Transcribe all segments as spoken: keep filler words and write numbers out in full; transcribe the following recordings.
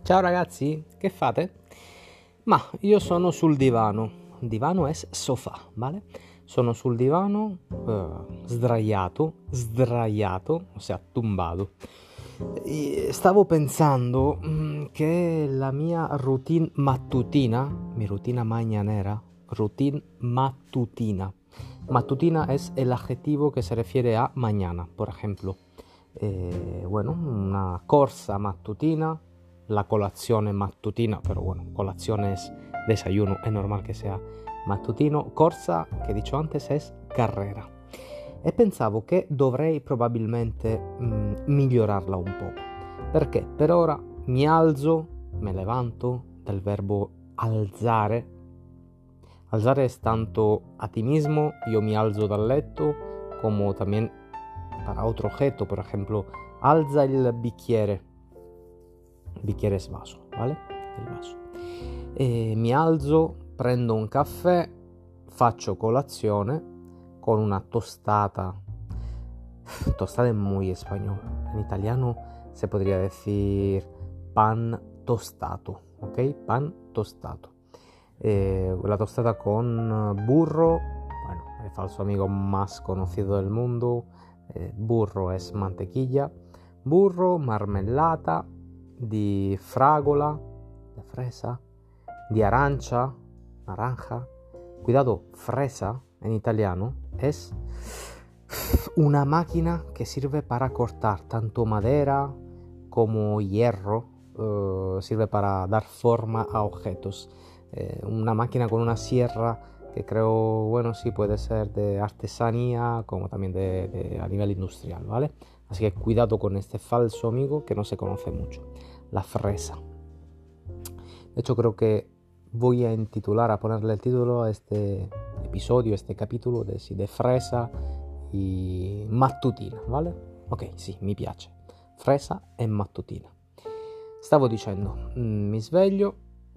Ciao ragazzi, che fate? Ma io sono sul divano. Divano es sofà, vale? Sono sul divano, eh, sdraiato, sdraiato, ossia tumbato. E stavo pensando mm, che la mia routine mattutina, mi rutina mañanera, routine mattutina. Mattutina es el adjetivo que se refiere a mañana, por ejemplo. Eh, bueno, una corsa mattutina, la colazione mattutina, pero bueno, colazione es desayuno, es normal que sea mattutino. Corsa, che dicho antes, es carrera. E pensavo che dovrei probabilmente mh, migliorarla un poco. Perché per ora mi alzo, me levanto, del verbo alzare. Alzare es tanto a ti mismo, yo me alzo dal letto, como también para otro objeto, por ejemplo, alza il bicchiere. Bicchiere es vaso, ¿vale? Il vaso. E mi alzo, prendo un caffè, faccio colazione con una tostata. Tostada es muy español. En italiano se podría decir pan tostato, ¿ok? Pan tostato. Eh, la tostada con burro, bueno, el falso amigo más conocido del mundo. Eh, burro es mantequilla. Burro, marmellata di fragola, de fresa, di arancia, naranja. Cuidado, fresa en italiano es una máquina que sirve para cortar tanto madera como hierro, uh, sirve para dar forma a objetos. Eh, una máquina con una sierra que creo, bueno, sí puede ser de artesanía como también de, de, a nivel industrial, ¿vale? Así que cuidado con este falso amigo que no se conoce mucho, la fresa. De hecho creo que voy a intitular, a ponerle el título a este episodio, este capítulo de, sì, de fresa e mattutina, vale? Ok, sì, mi piace. Fresa e mattutina. Stavo dicendo, mm, mi sveglio,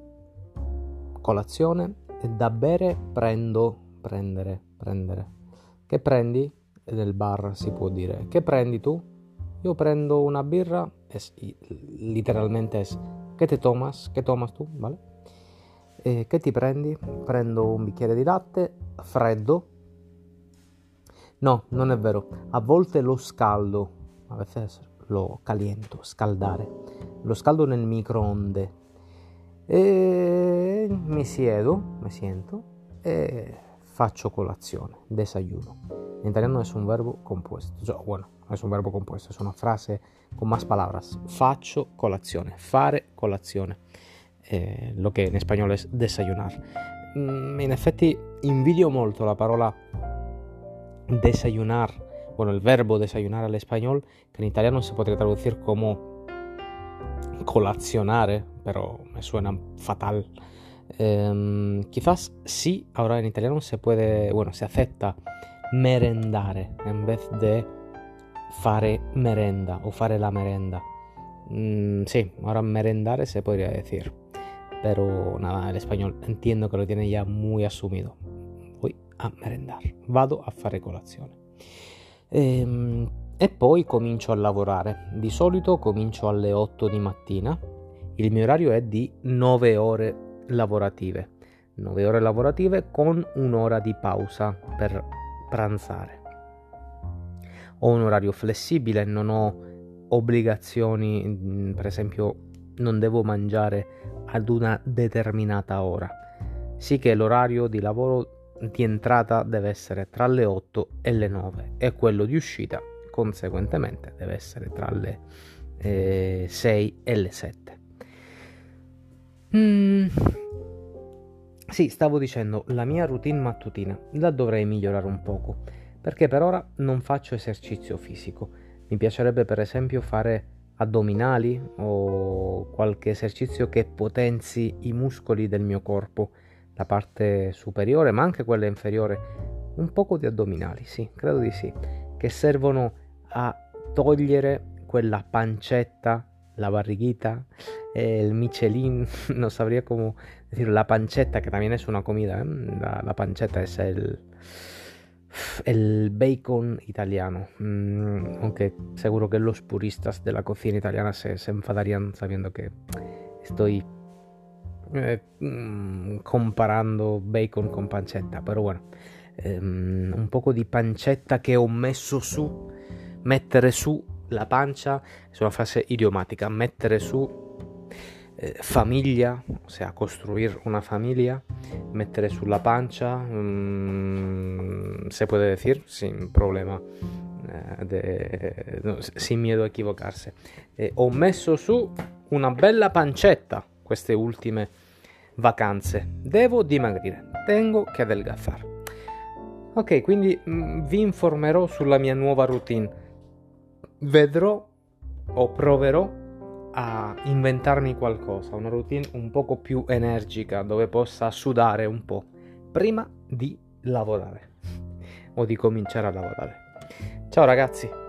colazione, e da bere prendo, prendere, prendere. Che prendi? Nel bar si può dire. Che prendi tu? Io prendo una birra, es, literalmente es, che te tomas? Che tomas tu? Vale? E che ti prendi? Prendo un bicchiere di latte, freddo. No, non è vero. A volte lo scaldo, a veces lo caliento, scaldare. Lo scaldo nel microonde. E mi siedo, mi siento e faccio colazione, desayuno. En italiano es un verbo compuesto. Bueno, es un verbo compuesto, es una frase con más palabras. Faccio colazione, fare colazione. Eh, lo che in spagnolo es desayunar. Mm, in effetti invidio molto la parola desayunar, bueno, el verbo desayunar al español, que en italiano se podría traducir como colacionare, pero me suena fatal. Eh, quizás sí, ahora en italiano se puede, bueno, se acepta merendare en vez de fare merenda o fare la merenda. Mm, sí, ahora merendare se podría decir, pero nada, el español entiendo que lo tiene ya muy asumido. Voy a merendar, vado a fare colazione. Ehm, e poi comincio a lavorare. Di solito comincio alle otto di mattina. Il mio orario è di nove ore lavorative. nove ore lavorative con un'ora di pausa per pranzare. Ho un orario flessibile, non ho obbligazioni, per esempio non devo mangiare ad una determinata ora. Sì che l'orario di lavoro di entrata deve essere tra le otto e le nove e quello di uscita conseguentemente deve essere tra le eh, sei e le sette. Mm. Sì, stavo dicendo, la mia routine mattutina la dovrei migliorare un poco, perché per ora non faccio esercizio fisico. Mi piacerebbe per esempio fare addominali o qualche esercizio che potenzi i muscoli del mio corpo, la parte superiore ma anche quella inferiore. Un poco di addominali, sì, credo di sì, che servono a togliere quella pancetta, la barriguita, el Michelin, no sabría cómo decir, la pancetta, que también es una comida, ¿eh? la, la pancetta es el, el bacon italiano, mm, aunque seguro que los puristas de la cocina italiana se, se enfadarían sabiendo que sto eh, mm, comparando bacon con pancetta, però bueno, ehm, un poco di pancetta che ho messo su, mettere su la pancia, è una frase idiomatica, mettere su eh, famiglia, o sea, costruir una familia, mettere sulla pancia, mm, se puede decir, sin problema, eh, de, no, sin miedo a equivocarsi. Eh, ho messo su una bella pancetta queste ultime vacanze, devo dimagrire, tengo che adelgazzare. Ok, quindi mh, vi informerò sulla mia nuova routine, vedrò o proverò a inventarmi qualcosa, una routine un poco più energica dove possa sudare un po' prima di lavorare o di cominciare a lavorare. Ciao ragazzi!